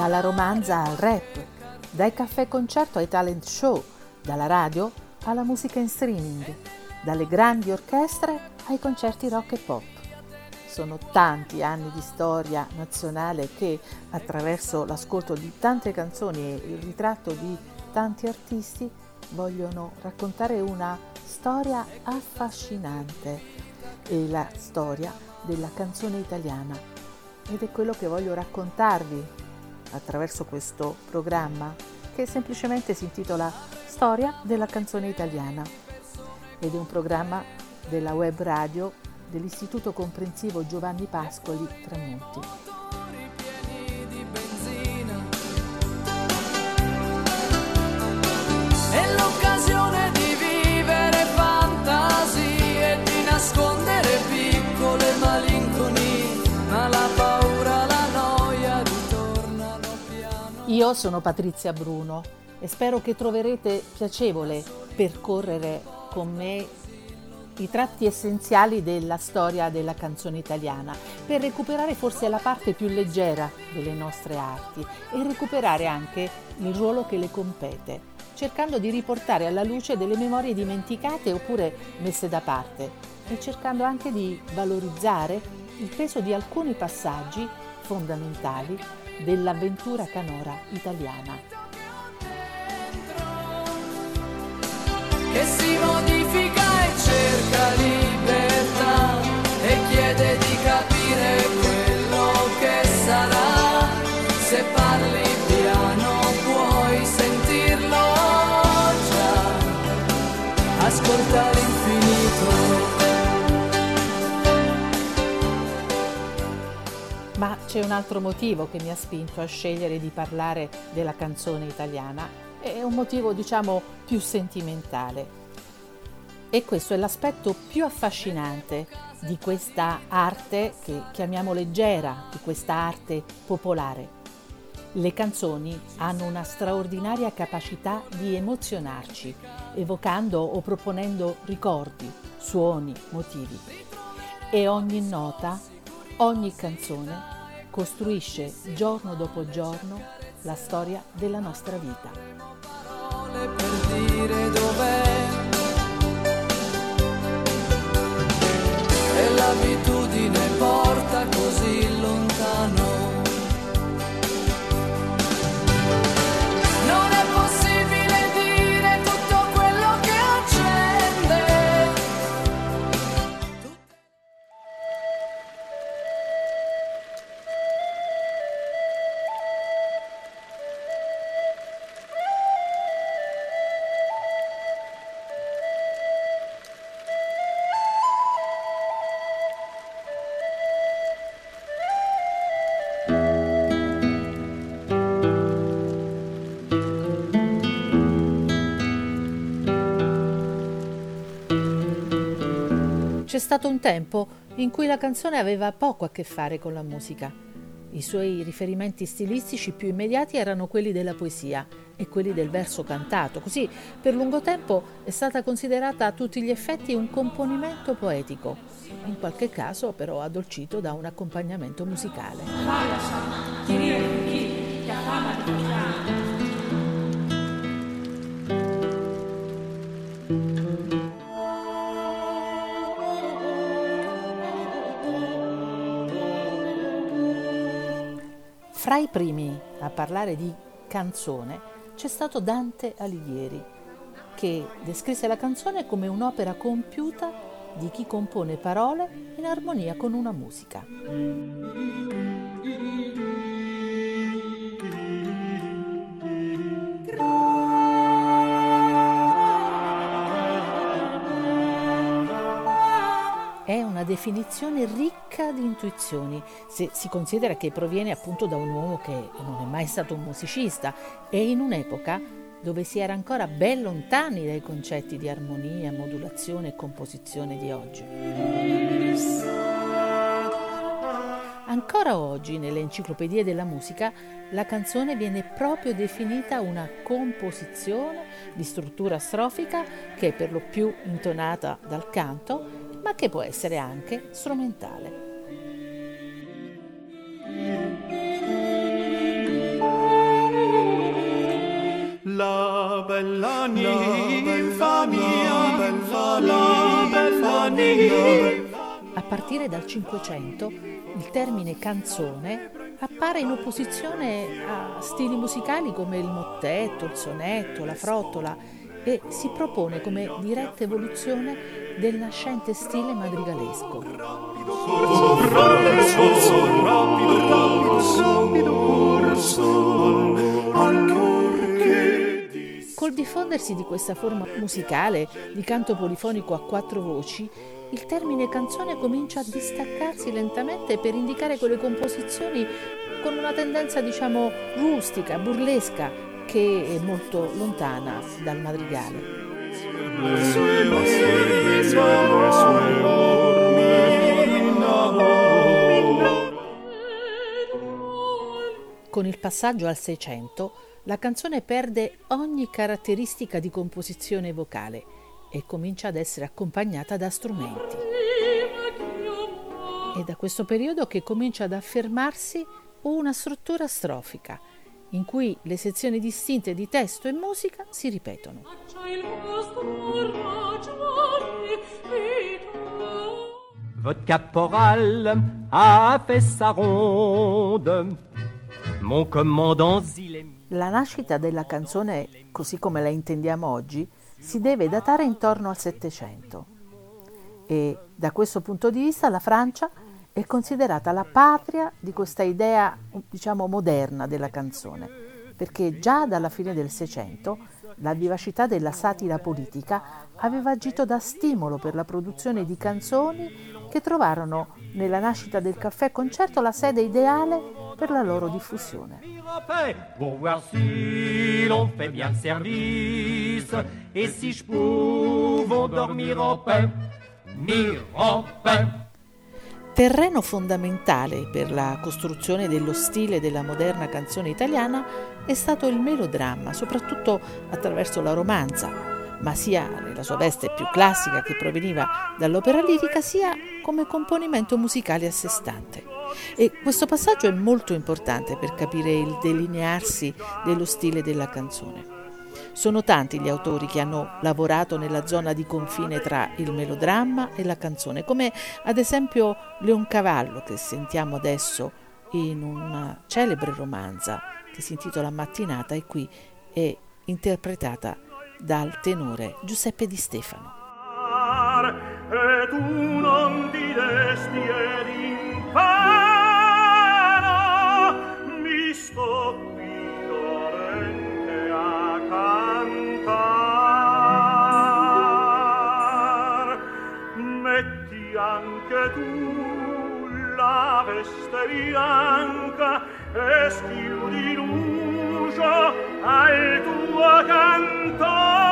dalla romanza al rap, dai caffè concerto ai talent show, dalla radio alla musica in streaming, dalle grandi orchestre ai concerti rock e pop. Sono tanti anni di storia nazionale che, attraverso l'ascolto di tante canzoni e il ritratto di tanti artisti, vogliono raccontare una storia affascinante, e la storia della canzone italiana. Ed è quello che voglio raccontarvi attraverso questo programma, che semplicemente si intitola Storia della canzone italiana, ed è un programma della web radio dell'Istituto Comprensivo Giovanni Pascoli Tramonti. È l'occasione di vivere fantasie e di nascondere piccole malinconie, ma la paura, la noia ritornano piano. Io sono Patrizia Bruno e spero che troverete piacevole percorrere con me i tratti essenziali della storia della canzone italiana, per recuperare forse la parte più leggera delle nostre arti e recuperare anche il ruolo che le compete, cercando di riportare alla luce delle memorie dimenticate oppure messe da parte, e cercando anche di valorizzare il peso di alcuni passaggi fondamentali dell'avventura canora italiana. Che si modifica e cerca libertà e chiede di capire quello che sarà. Se parli piano puoi sentirlo già, ascolta l'infinito. Ma c'è un altro motivo che mi ha spinto a scegliere di parlare della canzone italiana. È un motivo, diciamo, più sentimentale. E questo è l'aspetto più affascinante di questa arte che chiamiamo leggera, di questa arte popolare. Le canzoni hanno una straordinaria capacità di emozionarci, evocando o proponendo ricordi, suoni, motivi. E ogni nota, ogni canzone costruisce giorno dopo giorno la storia della nostra vita. Per dire dov'è, e l'abitudine porta così lontano. Non è possibile dire tutto quello che accende. C'è stato un tempo in cui la canzone aveva poco a che fare con la musica. I suoi riferimenti stilistici più immediati erano quelli della poesia e quelli del verso cantato. Così, per lungo tempo è stata considerata a tutti gli effetti un componimento poetico, in qualche caso però addolcito da un accompagnamento musicale. Fra i primi a parlare di canzone c'è stato Dante Alighieri, che descrisse la canzone come un'opera compiuta di chi compone parole in armonia con una musica. È una definizione ricca di intuizioni, se si considera che proviene appunto da un uomo che non è mai stato un musicista e in un'epoca dove si era ancora ben lontani dai concetti di armonia, modulazione e composizione di oggi. Ancora oggi, nelle enciclopedie della musica, la canzone viene proprio definita una composizione di struttura strofica che è per lo più intonata dal canto, ma che può essere anche strumentale. La bella ninfa mia, la bella ninfa. A partire dal Cinquecento, il termine canzone appare in opposizione a stili musicali come il mottetto, il sonetto, la frottola e si propone come diretta evoluzione del nascente stile madrigalesco. Col diffondersi di questa forma musicale di canto polifonico a quattro voci, il termine canzone comincia a distaccarsi lentamente per indicare quelle composizioni con una tendenza, diciamo, rustica, burlesca, che è molto lontana dal madrigale. Con il passaggio al Seicento, la canzone perde ogni caratteristica di composizione vocale e comincia ad essere accompagnata da strumenti. È da questo periodo che comincia ad affermarsi una struttura strofica, in cui le sezioni distinte di testo e musica si ripetono. Votre caporal a fait sa ronde, mon commandant Zilemi. La nascita della canzone, così come la intendiamo oggi, si deve datare intorno al Settecento e da questo punto di vista la Francia è considerata la patria di questa idea, diciamo, moderna della canzone, perché già dalla fine del Seicento la vivacità della satira politica aveva agito da stimolo per la produzione di canzoni che trovarono nella nascita del caffè concerto la sede ideale per la loro diffusione. Pour voir si l'on fait bien le service et si je pouvons dormir en paix, en paix. Terreno fondamentale per la costruzione dello stile della moderna canzone italiana è stato il melodramma, soprattutto attraverso la romanza, ma sia nella sua veste più classica che proveniva dall'opera lirica, sia come componimento musicale a sé stante. E questo passaggio è molto importante per capire il delinearsi dello stile della canzone. Sono tanti gli autori che hanno lavorato nella zona di confine tra il melodramma e la canzone, come ad esempio Leoncavallo, che sentiamo adesso in una celebre romanza che si intitola Mattinata e qui è interpretata dal tenore Giuseppe Di Stefano. E tu non ti desti ed impara, mi stoppi dolente a cantar. Metti anche tu la veste bianca e schiudi l'uscio al tuo cantare.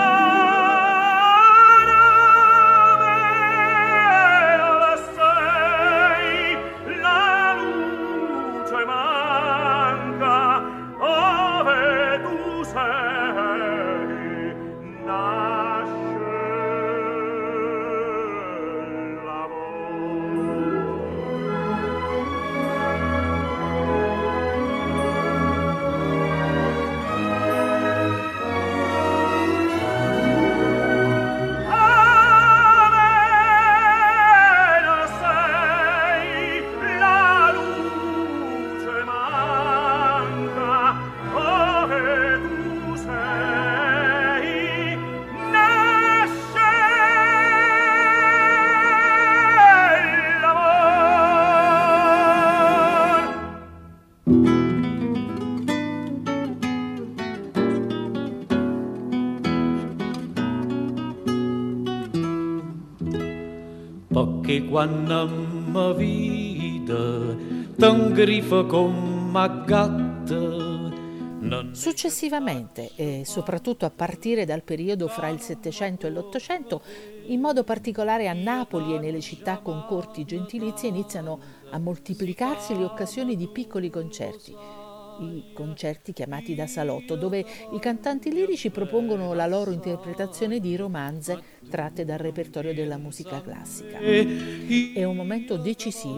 Che quando mi vide t'ingriffa come gatta. Successivamente, e soprattutto a partire dal periodo fra il Settecento e l'Ottocento, in modo particolare a Napoli e nelle città con corti gentilizie, iniziano a moltiplicarsi le occasioni di piccoli concerti, i concerti chiamati da salotto, dove i cantanti lirici propongono la loro interpretazione di romanze tratte dal repertorio della musica classica. È un momento decisivo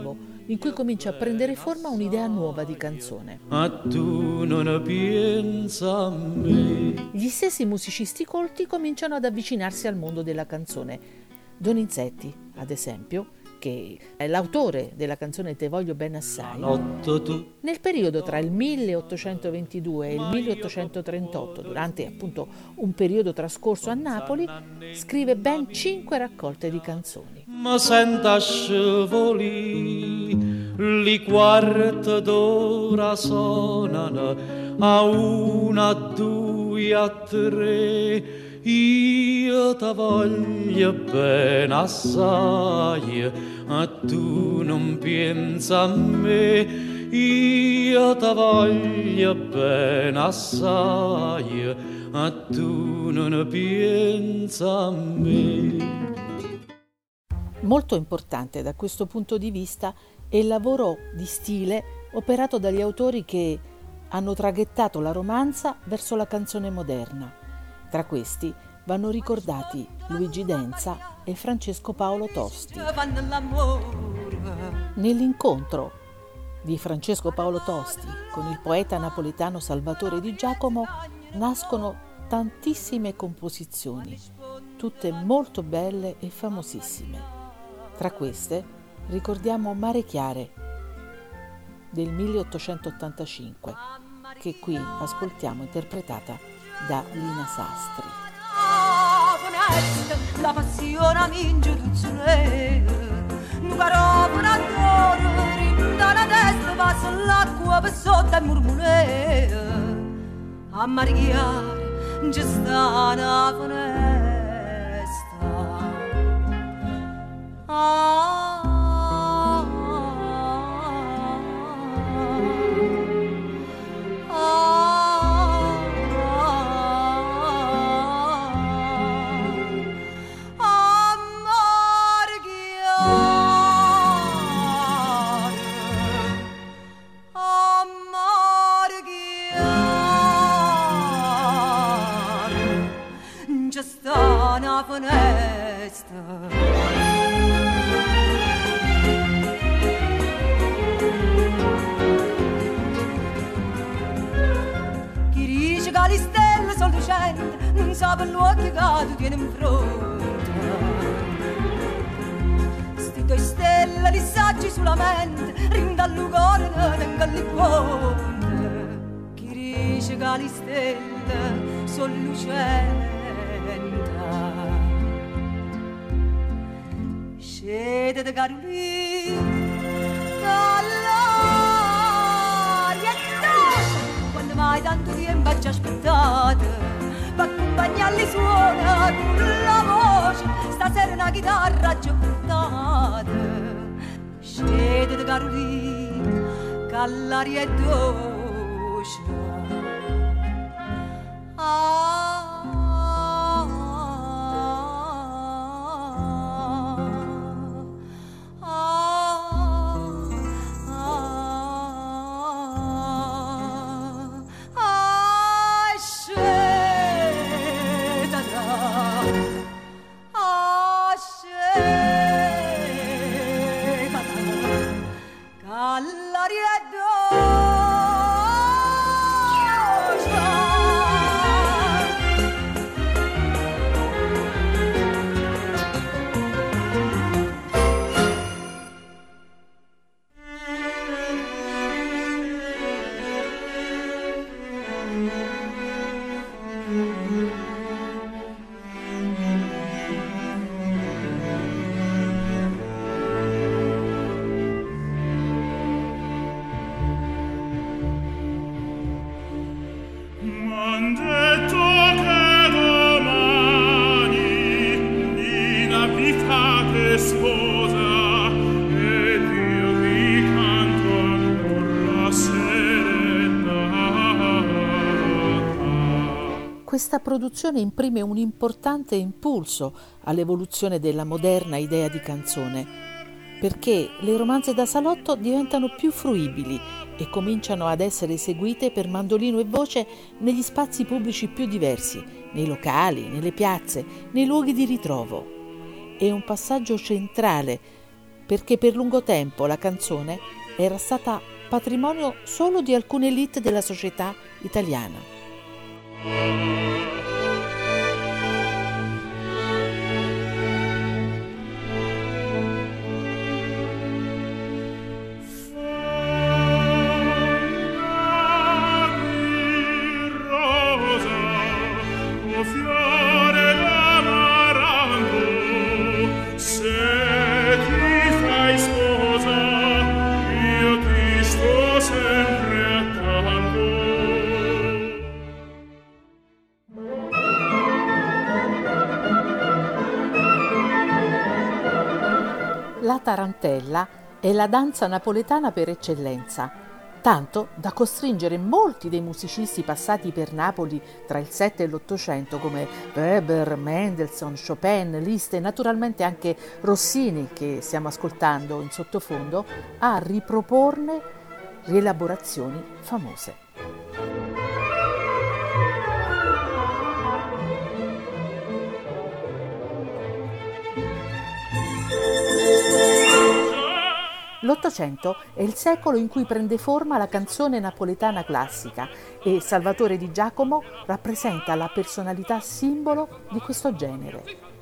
in cui comincia a prendere forma un'idea nuova di canzone. Ma tu non pensa a me. Gli stessi musicisti colti cominciano ad avvicinarsi al mondo della canzone. Donizetti, ad esempio, che è l'autore della canzone Te voglio bene assai, nel periodo tra il 1822 e il 1838, durante appunto un periodo trascorso a Napoli, scrive ben 5 raccolte di canzoni. Ma senta scivoli, li quarti d'ora sonano, a 1, a 2, a 3, io ti voglio bene assai, ma tu non pensa a me, io ti voglio bene assai, ma tu non pensa a me. Molto importante da questo punto di vista è il lavoro di stile operato dagli autori che hanno traghettato la romanza verso la canzone moderna. Tra questi vanno ricordati Luigi Denza e Francesco Paolo Tosti. Nell'incontro di Francesco Paolo Tosti con il poeta napoletano Salvatore Di Giacomo nascono tantissime composizioni, tutte molto belle e famosissime. Tra queste ricordiamo Mare Chiare del 1885, che qui ascoltiamo interpretata da Lina Sastri. La passione mi ingiudizione, un carofonatore, rinda la testa, passa l'acqua per sotto e murmure. A Mare Chiare c'è sta una finestra. Chi dice che le stelle sono lucenti, non sa per l'occhio che tu tieni in fronte. Sti due stelle li saggi sulla mente, rindallo cuore nel galliponte. Chi dice che le stelle sono lucenti, scende da Carolina, dall'aria dolce, quando mai tanto tempo ci aspettate, per accompagnarli suona con la voce, stasera una chitarra già portata. Scende da Carolina, che l'aria è dolce. Questa produzione imprime un importante impulso all'evoluzione della moderna idea di canzone, perché le romanze da salotto diventano più fruibili e cominciano ad essere eseguite per mandolino e voce negli spazi pubblici più diversi, nei locali, nelle piazze, nei luoghi di ritrovo. È un passaggio centrale perché per lungo tempo la canzone era stata patrimonio solo di alcune élite della società italiana. La tarantella è la danza napoletana per eccellenza, tanto da costringere molti dei musicisti passati per Napoli tra il 7 e l'800 come Weber, Mendelssohn, Chopin, Liszt e naturalmente anche Rossini, che stiamo ascoltando in sottofondo, a riproporne rielaborazioni famose. L'Ottocento è il secolo in cui prende forma la canzone napoletana classica e Salvatore Di Giacomo rappresenta la personalità simbolo di questo genere.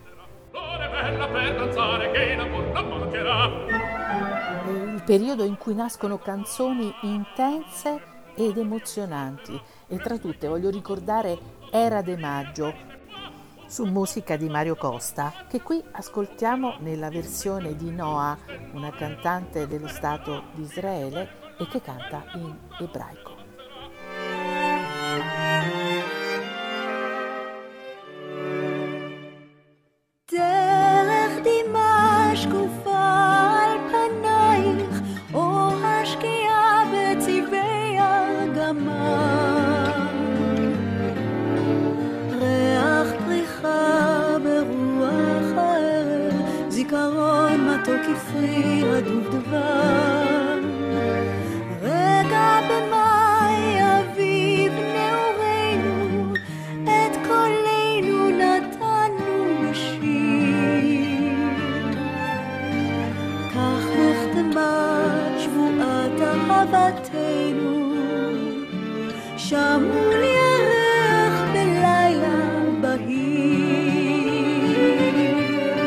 È il periodo in cui nascono canzoni intense ed emozionanti e tra tutte voglio ricordare Era de Maggio, su musica di Mario Costa, che qui ascoltiamo nella versione di Noa, una cantante dello Stato di Israele e che canta in ebraico. דרך דמעה שקופה על פנייך, אור השקיעה בצבעי ארגמן, ריח פריחה ברוח הערב, זיכרון מתוק הפרי הדובדבן, רגע במאי אביב נעורנו, את קולנו נתנו בשיר, כך נחתמה שבועת אהבתנו, שמעו לי ירח בלילה בהיר,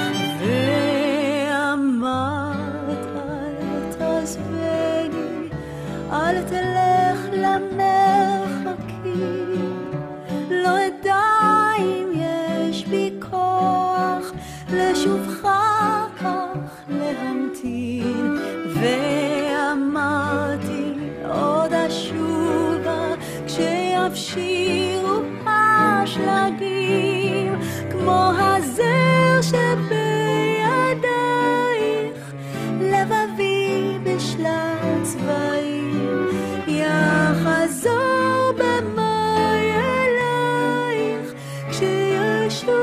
ואמרת אל תעזבני, אל תלך למרחקים, לא אדע אם יש בי כוח לשובך כך להמתין, ואמרתי עוד אשובה כשיבשירו השלגים, כמו הזר שבידייך, לבבי בשלל צבעים, יחזור במאי אלייך כשישובו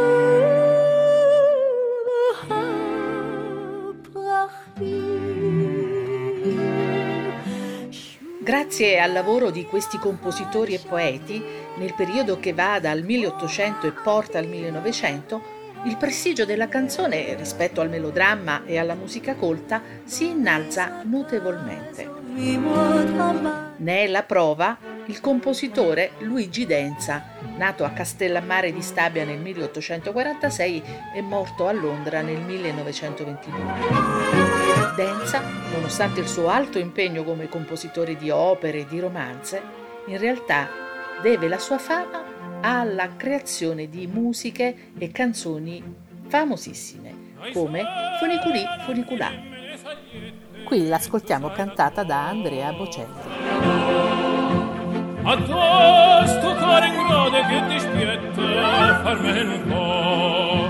הפרחים. Grazie al lavoro di questi compositori e poeti, nel periodo che va dal 1800 e porta al 1900, il prestigio della canzone rispetto al melodramma e alla musica colta si innalza notevolmente. Ne è la prova il compositore Luigi Denza, nato a Castellammare di Stabia nel 1846 e morto a Londra nel 1922. Denza, nonostante il suo alto impegno come compositore di opere e di romanze, in realtà deve la sua fama alla creazione di musiche e canzoni famosissime, come Funiculì Funiculà. Qui l'ascoltiamo cantata da Andrea Bocelli. Addio sto cuore in grode che ti spietta, farmene un po'.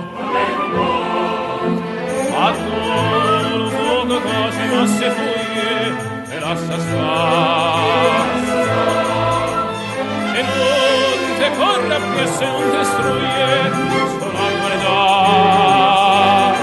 Addio lo fuoco cose masse foglie e lascia stare. E non te corre appresso e non te struglie, sto l'amore da.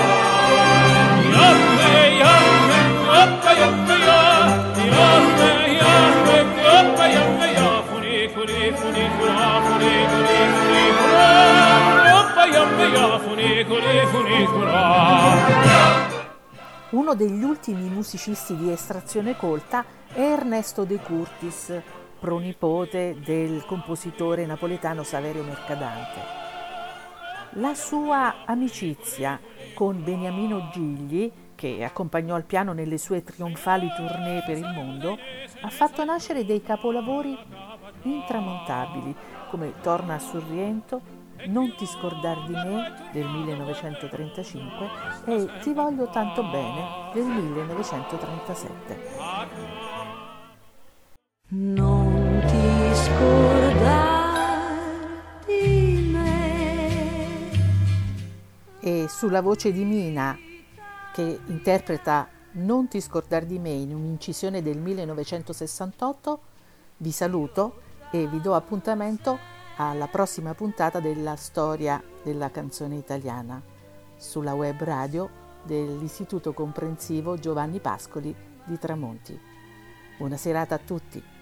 Yamme, yamme, oppa, yamme, yamme, yamme, oppa, yamme, yamme, funiculi, funicula, funiculi, funicula, oppa, yamme, yamme, funiculi, funicula. Uno degli ultimi musicisti di estrazione colta è Ernesto De Curtis, pronipote del compositore napoletano Saverio Mercadante. La sua amicizia con Beniamino Gigli, che accompagnò al piano nelle sue trionfali tournée per il mondo, ha fatto nascere dei capolavori intramontabili come Torna a Sorrento, Non ti scordar di me del 1935 e Ti voglio tanto bene del 1937. Non ti scordar di me. E sulla voce di Mina, che interpreta Non ti scordar di me in un'incisione del 1968, vi saluto e vi do appuntamento alla prossima puntata della storia della canzone italiana sulla web radio dell'Istituto Comprensivo Giovanni Pascoli di Tramonti. Buona serata a tutti.